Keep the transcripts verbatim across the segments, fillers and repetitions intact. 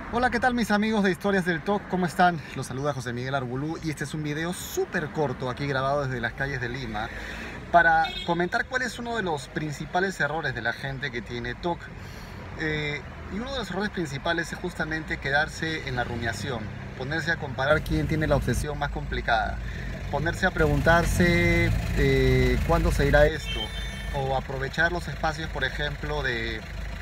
Hola, ¿qué tal mis amigos de Historias del T O C? ¿Cómo están? Los saluda José Miguel Arbulú y este es un video súper corto aquí grabado desde las calles de Lima para comentar cuál es uno de los principales errores de la gente que tiene T O C. Eh, y uno de los errores principales es justamente quedarse en la rumiación, ponerse a comparar quién tiene la obsesión más complicada, ponerse a preguntarse eh, cuándo se irá esto, o aprovechar los espacios, por ejemplo, de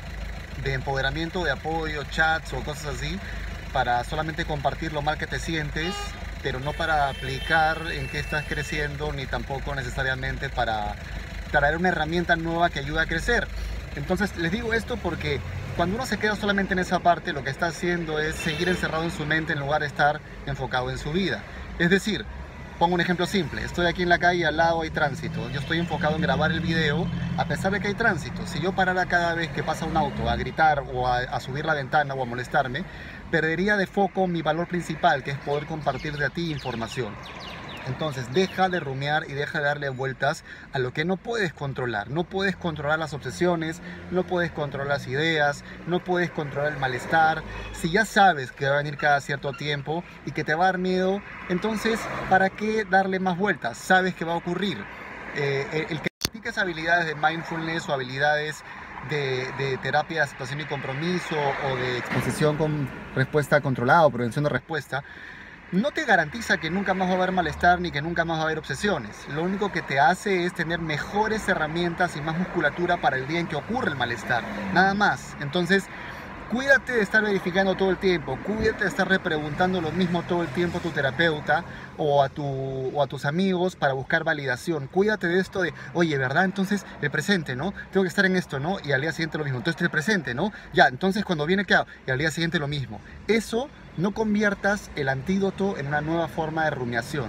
de empoderamiento, de apoyo, chats o cosas así, para solamente compartir lo mal que te sientes, pero no para aplicar en qué estás creciendo, ni tampoco necesariamente para traer una herramienta nueva que ayude a crecer. Entonces les digo esto porque cuando uno se queda solamente en esa parte, lo que está haciendo es seguir encerrado en su mente en lugar de estar enfocado en su vida. Es decir, pongo un ejemplo simple, estoy aquí en la calle, al lado hay tránsito, yo estoy enfocado en grabar el video a pesar de que hay tránsito. Si yo parara cada vez que pasa un auto a gritar o a, a subir la ventana o a molestarme, perdería de foco mi valor principal, que es poder compartir de ti información. Entonces deja de rumiar y deja de darle vueltas a lo que no puedes controlar. No puedes controlar las obsesiones, no puedes controlar las ideas, no puedes controlar el malestar. Si ya sabes que va a venir cada cierto tiempo y que te va a dar miedo, entonces ¿para qué darle más vueltas? Sabes que va a ocurrir. Eh, el, el que practiques habilidades de mindfulness o habilidades de, de terapia de aceptación y compromiso o de exposición con respuesta controlada o prevención de respuesta, no te garantiza que nunca más va a haber malestar ni que nunca más va a haber obsesiones. Lo único que te hace es tener mejores herramientas y más musculatura para el día en que ocurre el malestar. Nada más. Entonces, cuídate de estar verificando todo el tiempo. Cuídate de estar repreguntando lo mismo todo el tiempo a tu terapeuta o a, tu, o a tus amigos para buscar validación. Cuídate de esto de, oye, ¿verdad? Entonces, el presente, ¿no? Tengo que estar en esto, ¿no? Y al día siguiente lo mismo. Entonces, el presente, ¿no? Ya, entonces cuando viene, ¿qué hago? Y al día siguiente lo mismo. Eso, no conviertas el antídoto en una nueva forma de rumiación.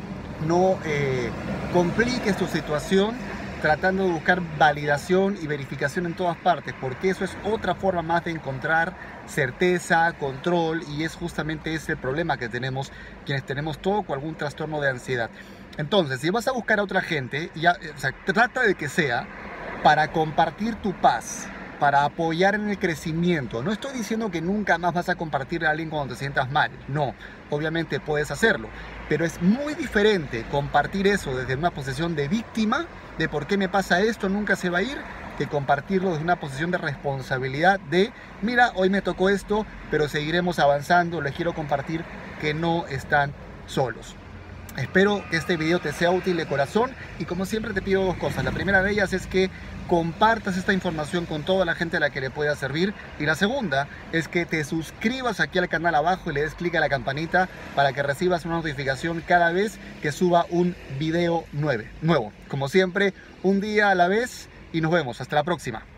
No eh, compliques tu situación tratando de buscar validación y verificación en todas partes, porque eso es otra forma más de encontrar certeza, control, y es justamente ese el problema que tenemos quienes tenemos T O C o algún trastorno de ansiedad. Entonces, si vas a buscar a otra gente, ya, o sea, trata de que sea para compartir tu paz, para apoyar en el crecimiento. No estoy diciendo que nunca más vas a compartir a alguien cuando te sientas mal. No, obviamente puedes hacerlo. Pero es muy diferente compartir eso desde una posición de víctima, de por qué me pasa esto, nunca se va a ir, que compartirlo desde una posición de responsabilidad de, mira, hoy me tocó esto, pero seguiremos avanzando, les quiero compartir que no están solos. Espero que este video te sea útil de corazón y como siempre te pido dos cosas. La primera de ellas es que compartas esta información con toda la gente a la que le pueda servir, y la segunda es que te suscribas aquí al canal abajo y le des clic a la campanita para que recibas una notificación cada vez que suba un video nuevo. Como siempre, un día a la vez y nos vemos. Hasta la próxima.